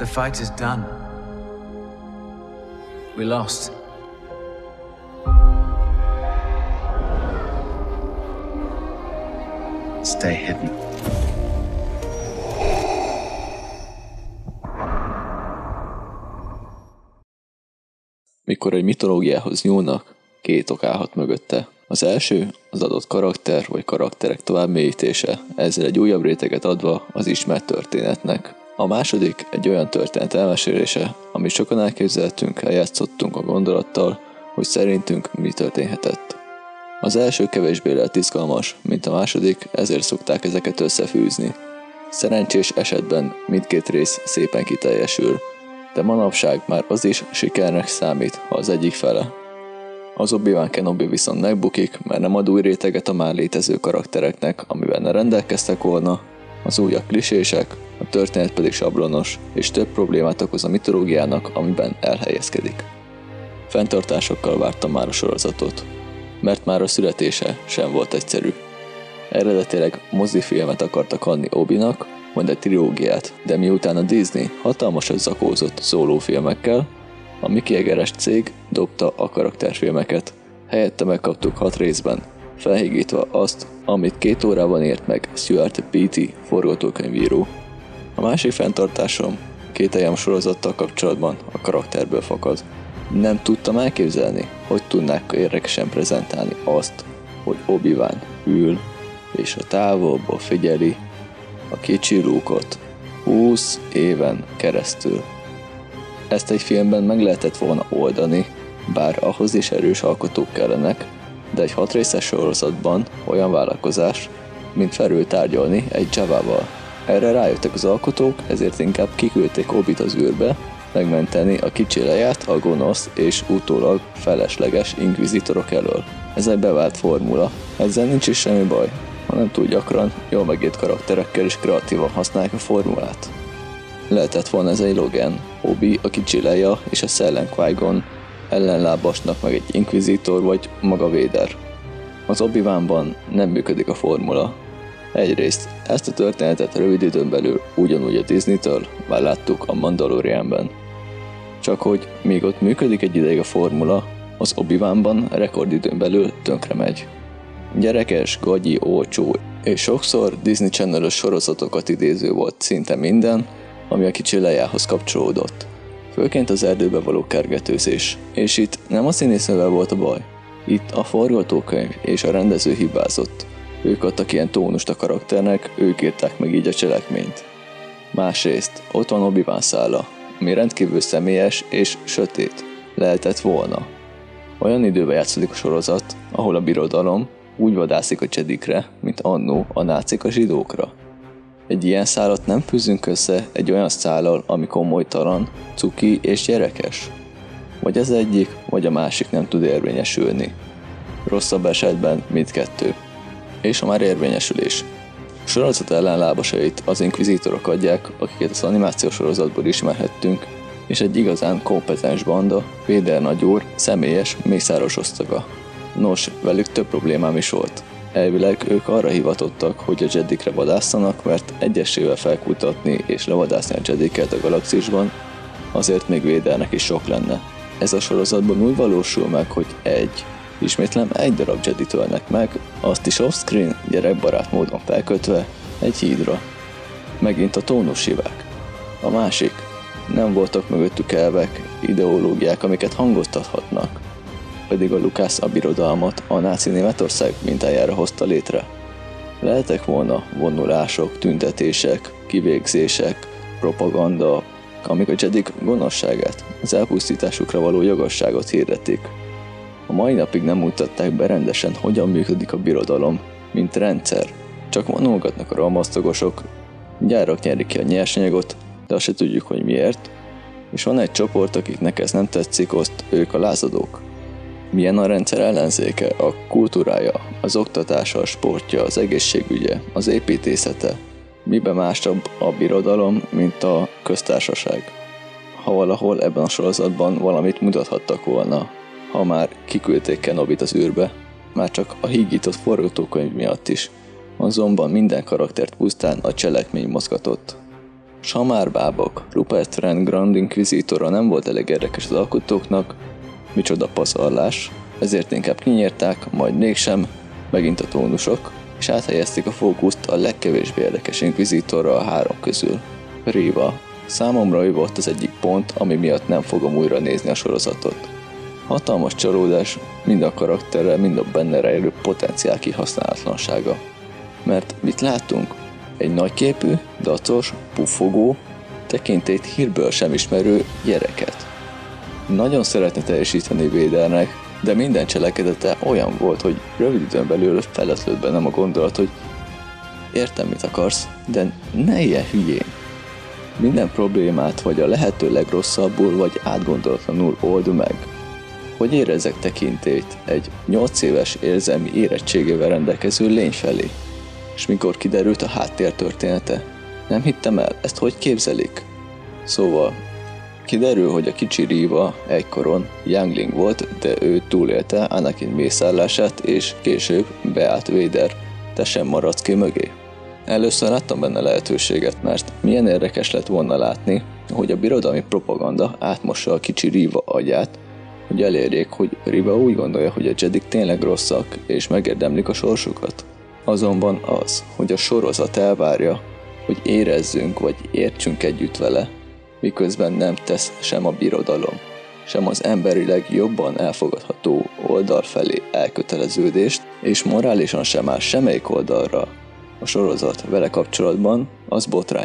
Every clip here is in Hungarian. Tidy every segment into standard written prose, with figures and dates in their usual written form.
The fight is done. We lost. Stay hidden. Mikor egy mitológiához nyúlnak, két ok állhat mögötte. Az első az adott karakter vagy karakterek továbbmélyítése, ezzel egy újabb réteget adva az ismert történetnek. A második egy olyan történet elmesélése, amit sokan elképzeltünk, eljátszottunk a gondolattal, hogy szerintünk mi történhetett. Az első kevésbé lehet izgalmas, mint a második, ezért szokták ezeket összefűzni. Szerencsés esetben mindkét rész szépen kiteljesül, de manapság már az is sikernek számít, ha az egyik fele. Az Obi-Wan Kenobi viszont megbukik, mert nem ad új réteget a már létező karaktereknek, amivel ne rendelkeztek volna, az újak klisések, a történet pedig sablonos, és több problémát okoz a mitológiának, amiben elhelyezkedik. Fenntartásokkal vártam már a sorozatot, mert már a születése sem volt egyszerű. Eredetileg mozifilmet akartak adni Obinak, majd egy trilógiát, de miután a Disney hatalmasat zakózott szólófilmekkel, a Mickey Egeres cég dobta a karakterfilmeket. Helyette megkaptuk 6 részben, felhígítva azt, amit 2 órában ért meg Stuart Beattie forgatókönyvíró. A másik fenntartásom kételjem sorozattal kapcsolatban a karakterből fakad. Nem tudtam elképzelni, hogy tudnák érdekesen prezentálni azt, hogy Obi-Wan ül, és a távolból figyeli a kicsi Luke-ot 20 éven keresztül. Ezt egy filmben meg lehetett volna oldani, bár ahhoz is erős alkotók kellenek, de egy 6 részes sorozatban olyan vállalkozás, mint felültárgyalni egy Javával. Erre rájöttek az alkotók, ezért inkább kiküldték Obit az űrbe, megmenteni a kicsi Leiát a gonosz és utólag felesleges inkvizitorok elől. Ez egy bevált formula, ezzel nincs is semmi baj, hanem túl gyakran, jól megírt karakterekkel is kreatívan használják a formulát. Lehetett volna ez egy Logan, Obi, a kicsi Leia és a szellem Qui-Gon ellenlábasnak meg egy inkvizitor vagy maga Vader. Az Obi-Wanban nem működik a formula. Egyrészt ezt a történetet rövid időn belül ugyanúgy a Disney-től már láttuk a Mandalorianben. Csak hogy míg ott működik egy ideig a formula, az Obi-Wanban rekordidőn belül tönkre megy. Gyerekes, gagyi, olcsó és sokszor Disney Channel-ös sorozatokat idéző volt szinte minden, ami a kicsi Leiához kapcsolódott. Főként az erdőbe való kergetőzés. És itt nem a színésznővel volt a baj. Itt a forgatókönyv és a rendező hibázott. Ők adtak ilyen tónust a karakternek, ők írták meg így a cselekményt. Másrészt ott van Obi-Wan szála, ami rendkívül személyes és sötét lehetett volna. Olyan időben játszódik a sorozat, ahol a birodalom úgy vadászik a Jedikre, mint annó a nácik a zsidókra. Egy ilyen szálat nem fűzünk össze egy olyan szállal, ami komolytalan, cuki és gyerekes. Vagy az egyik, vagy a másik nem tud érvényesülni. Rosszabb esetben mindkettő. És a már érvényesülés. A sorozat ellenlábasait az inkvizitorok adják, akiket az animációs sorozatból ismerhettünk, és egy igazán kompetens banda, Vader nagyúr, személyes, mészáros osztaga. Nos, velük több problémám is volt. Elvileg ők arra hivatottak, hogy a Jedikre vadászanak, mert egyesével felkutatni és levadászni a Jediket a galaxisban, azért még Vadernek is sok lenne. Ez a sorozatban úgy valósul meg, hogy ismétlem egy darab Jedit ölnek meg, azt is off-screen, gyerekbarát módon felkötve egy hídra. Megint a tónus hibák. A másik, nem voltak mögöttük elvek, ideológiák, amiket hangoztathatnak. Pedig a Lucas a birodalmat a náci Németország mintájára hozta létre. Lehetek volna vonulások, tüntetések, kivégzések, propaganda, amik a Jedik gonoszságát, az elpusztításukra való jogosságot hirdetik. A mai napig nem mutatták be rendesen, hogyan működik a birodalom, mint rendszer. Csak vonulgatnak a rohamosztagosok, gyárak nyerik ki a nyersanyagot, de azt se tudjuk, hogy miért. És van egy csoport, akiknek ez nem tetszik, ők a lázadók. Milyen a rendszer ellenzéke, a kultúrája, az oktatása, a sportja, az egészségügye, az építészete. Miben másabb a birodalom, mint a köztársaság? Ha valahol ebben a sorozatban valamit mutathattak volna, ha már kiküldték Kenobit az űrbe, már csak a hígított forgatókönyv miatt is. Azonban minden karaktert pusztán a cselekmény mozgatott. Samárbábok, Rupert Friend Grand Inquisitora nem volt elég érdekes az alkotóknak, micsoda pazarlás, ezért inkább kinyírták, majd mégsem, megint a tónusok, és áthelyezték a fókuszt a legkevésbé érdekes inkvizitorra a három közül. Riva. Számomra ő volt az egyik pont, ami miatt nem fogom újra nézni a sorozatot. Hatalmas csalódás mind a karakterrel, mind a benne rejlő potenciál kihasználatlansága. Mert mit látunk? Egy nagyképű, dacos, puffogó, tekintélyt hírből sem ismerő gyereket. Nagyon szeretne teljesíteni Vadernek, de minden cselekedete olyan volt, hogy rövid időn belül feletlőtt bennem a gondolat, hogy értem, mit akarsz, de ne ilyen hülyén. Minden problémát vagy a lehető legrosszabbul, vagy átgondolatlanul old meg. Hogy érezzek tekintélyt egy 8 éves érzelmi érettségével rendelkező lény felé. És mikor kiderült a háttér története, nem hittem el, ezt hogy képzelik? Szóval, kiderül, hogy a kicsi Riva egykoron youngling volt, de ő túlélte Anakin mészárlását, és később beállt Vader, te sem maradsz ki mögé. Először láttam benne lehetőséget, mert milyen érdekes lett volna látni, hogy a birodalmi propaganda átmossa a kicsi Riva agyát, hogy elérjék, hogy Riva úgy gondolja, hogy a Jedik tényleg rosszak, és megérdemlik a sorsukat. Azonban az, hogy a sorozat elvárja, hogy érezzünk vagy értsünk együtt vele, miközben nem tesz sem a birodalom, sem az emberileg jobban elfogadható oldal felé elköteleződést, és morálisan sem áll semmelyik oldalra a sorozat vele kapcsolatban, az botrány.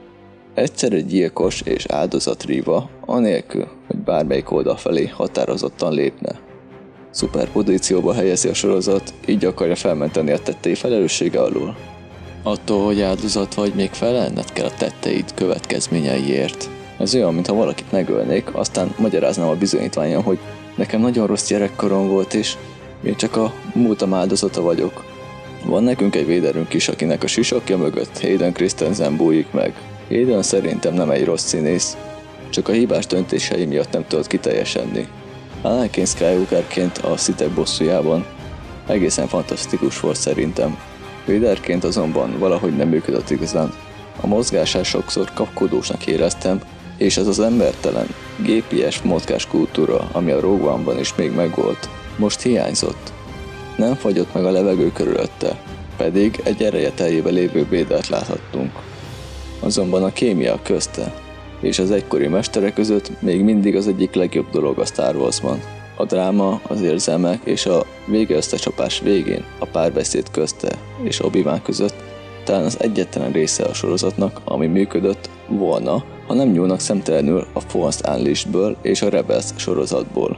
Egyszer egy gyilkos és áldozat Riva, anélkül, hogy bármelyik oldal felé határozottan lépne. Szuperpozícióba helyezi a sorozat, így akarja felmenteni a tettei felelőssége alól. Attól, hogy áldozat vagy, még felelned kell a tetteid következményeiért. Ez olyan, mintha valakit megölnék, aztán magyaráznám a bizonyítványom, hogy nekem nagyon rossz gyerekkorom volt, és én csak a múltam áldozata vagyok. Van nekünk egy Vaderünk is, akinek a sisakja mögött Hayden Christensen bújik meg. Hayden szerintem nem egy rossz színész, csak a hibás döntései miatt nem tudott kiteljesedni. Anakin Skywalkerként a Sithek bosszújában egészen fantasztikus volt szerintem. Vaderként azonban valahogy nem működött igazán. A mozgását sokszor kapkodósnak éreztem, és ez az embertelen, gépies mozgáskultúra, ami a Rogue One-ban is még megvolt, most hiányzott. Nem fagyott meg a levegő körülötte, pedig egy ereje teljébe lévő Vadert láthattunk. Azonban a kémia közte és az egykori mesterek között még mindig az egyik legjobb dolog a Star Wars-ban. A dráma, az érzelmek és a vége összecsapás végén a párbeszéd közte és Obi-Wan között talán az egyetlen része a sorozatnak, ami működött volna, ha nem nyúlnak szemtelenül a Force Unleashed-ből és a Rebels sorozatból.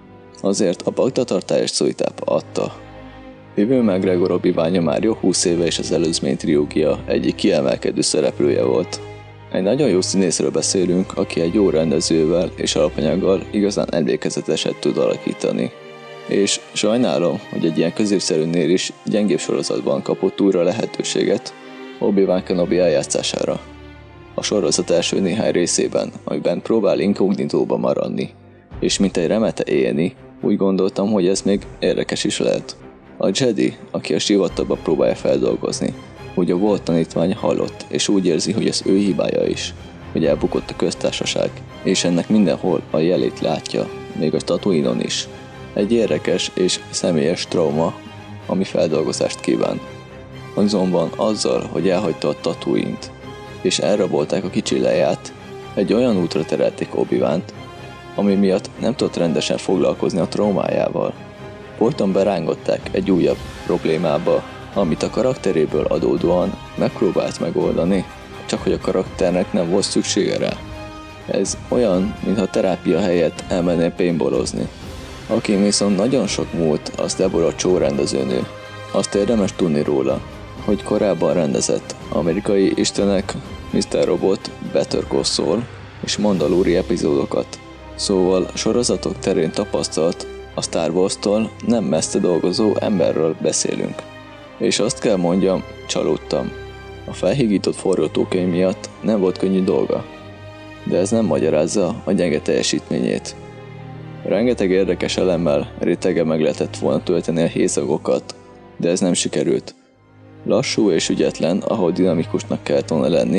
Azért a baktatartályos szóitápa adta. Ewan McGregor Obi-Wan már jó 20 éve és az előzmény trilógia egyik kiemelkedő szereplője volt. Egy nagyon jó színészről beszélünk, aki egy jó rendezővel és alapanyaggal igazán emlékezeteset tud alakítani. És sajnálom, hogy egy ilyen középszerűnél is gyengébb sorozatban kapott újra lehetőséget Obi-Wan Kenobi eljátszására. A sorozat első néhány részében, amiben próbál inkognitóba maradni, és mint egy remete élni, úgy gondoltam, hogy ez még érdekes is lehet. A Jedi, aki a sivatagba próbálja feldolgozni, hogy a volt tanítvány halott, és úgy érzi, hogy ez ő hibája is, hogy elbukott a köztársaság, és ennek mindenhol a jelét látja, még a Tatooine-on is. Egy érdekes és személyes trauma, ami feldolgozást kíván. Azonban azzal, hogy elhagyta a Tatooine-t, és elrabolták a kicsi Leiát, egy olyan útra terelték Obi-Want, ami miatt nem tudott rendesen foglalkozni a traumájával. Folyton berángották egy újabb problémába, amit a karakteréből adódóan megpróbált megoldani, csak hogy a karakternek nem volt szüksége rá. Ez olyan, mintha terápia helyett elmenné paintballozni. Aki viszont nagyon sok múlt, az Deborah Chow rendezőnő. Azt érdemes tudni róla, hogy korábban rendezett amerikai istenek, Mr. Robot, Better Call Saul és Mandalori epizódokat. Szóval sorozatok terén tapasztalt, a Star Wars-tól nem messze dolgozó emberről beszélünk. És azt kell mondjam, csalódtam. A felhigított forgatókönyv miatt nem volt könnyű dolga. De ez nem magyarázza a gyenge teljesítményét. Rengeteg érdekes elemmel rétege meg lehetett volna tölteni a hézagokat, de ez nem sikerült. Lassú és ügyetlen, ahol dinamikusnak kellett volna lenni,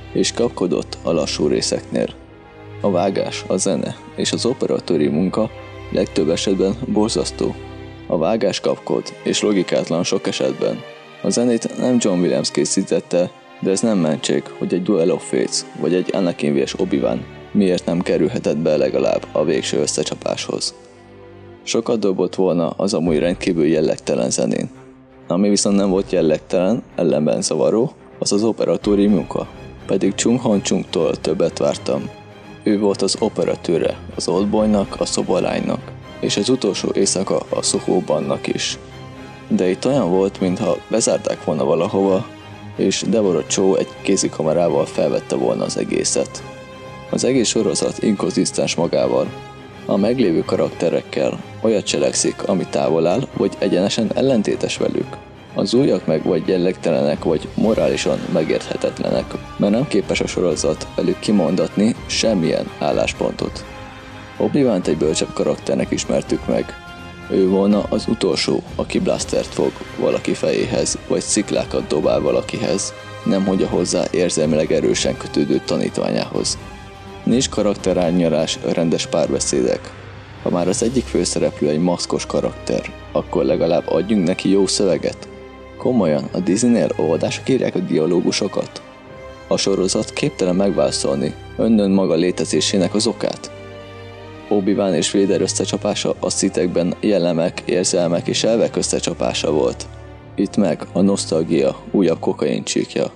és kapkodott a lassú részeknél. A vágás, a zene és az operatőri munka legtöbb esetben borzasztó. A vágás kapkod és logikátlan sok esetben. A zenét nem John Williams készítette, de ez nem mentség, hogy egy Duel of Fates vagy egy Anakin vs Obi-Wan miért nem kerülhetett be legalább a végső összecsapáshoz. Sokat dobott volna az amúgy rendkívül jellegtelen zenén. Ami viszont nem volt jellegtelen, ellenben zavaró, az az operatőri munka. Pedig Chung Han-Chungtól többet vártam. Ő volt az operatőre, az Oldboynak, a szobalánynak, és az utolsó éjszaka a Soho-bannak is. De itt olyan volt, mintha bezárták volna valahova, és Deborah Chow egy kézikamerával felvette volna az egészet. Az egész sorozat inkonzisztens magával. A meglévő karakterekkel olyat cselekszik, ami távol áll, vagy egyenesen ellentétes velük. Az újak meg vagy jellegtelenek, vagy morálisan megérthetetlenek, mert nem képes a sorozat velük kimondatni semmilyen álláspontot. Obi-Wan-t egy bölcsebb karakternek ismertük meg. Ő volna az utolsó, aki blastert fog valaki fejéhez, vagy sziklákat dobál valakihez, nemhogy a hozzá érzelmileg erősen kötődő tanítványához. Nincs karakterárnyalás, rendes párbeszédek. Ha már az egyik főszereplő egy maszkos karakter, akkor legalább adjunk neki jó szöveget. Komolyan, a Disneynél óvodások írják a dialógusokat? A sorozat képtelen megválaszolni önnön maga létezésének az okát. Obi-Wan és Vader összecsapása a szitekben jellemek, érzelmek és elvek összecsapása volt. Itt meg a nosztalgia újabb kokaincsíkja.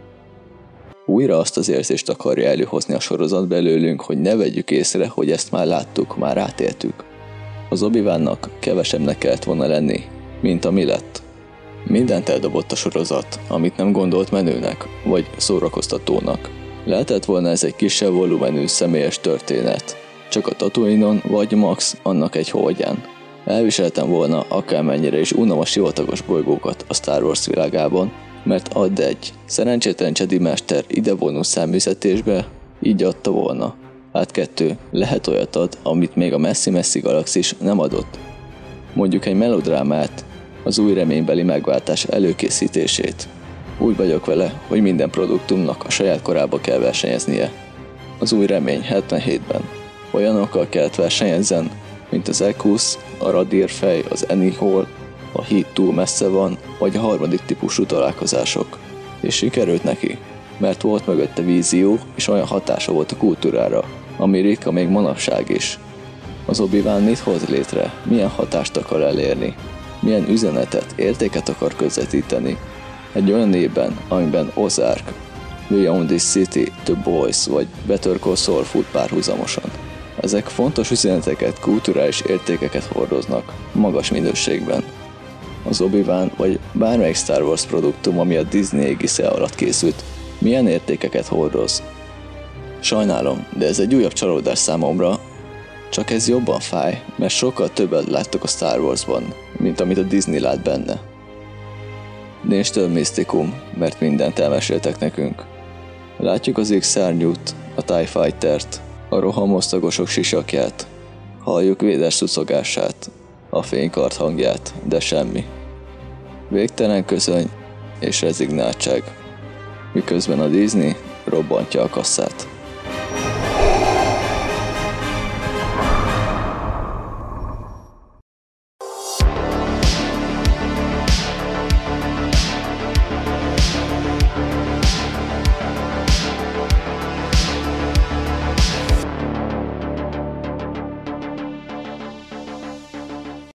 Újra azt az érzést akarja előhozni a sorozat belőlünk, hogy ne vegyük észre, hogy ezt már láttuk, már átéltük. Az Obi-Wannak kevesebbnek kellett volna lenni, mint ami lett. Mindent eldobott a sorozat, amit nem gondolt menőnek, vagy szórakoztatónak. Lehetett volna ez egy kisebb volumenű személyes történet, csak a Tatooine-on vagy max annak egy holdján. Elviseltem volna akármennyire is unom a sivatagos bolygókat a Star Wars világában, mert add egy szerencsétlen Jedi mester ide vonul száműzetésbe, így adta volna. Hát 2, lehet olyat ad, amit még a messzi-messzi galaxis nem adott. Mondjuk egy melodrámát, az új reménybeli megváltás előkészítését. Úgy vagyok vele, hogy minden produktumnak a saját korába kell versenyeznie. Az új remény 77-ben. Olyanokkal kellett versenyezzen, mint az Equus, a radírfej, az Anyhol, a híd túl messze van, vagy a harmadik típusú találkozások. És sikerült neki, mert volt mögötte vízió, és olyan hatása volt a kultúrára, ami ritka még manapság is. Az Obi-Wan mit hoz létre? Milyen hatást akar elérni? Milyen üzenetet, értéket akar közvetíteni? Egy olyan évben, amiben Ozark, Beyond This City, The Boys vagy Better Call Saul fut párhuzamosan. Ezek fontos üzeneteket, kulturális értékeket hordoznak, magas minőségben. Az Obi-Wan vagy bármelyik Star Wars produktum, ami a Disney égisze alatt készült, milyen értékeket hordoz? Sajnálom, de ez egy újabb csalódás számomra, csak ez jobban fáj, mert sokkal többet láttok a Star Warsban, mint amit a Disney lát benne. Nincs több misztikum, mert mindent elmeséltek nekünk. Látjuk az X-szárnyút, a TIE Fightert, a rohamosztagosok sisakját, halljuk Vader szuszogását, a fénykard hangját, de semmi. Végtelen közöny és rezignáltság, miközben a Disney robbantja a kasszát.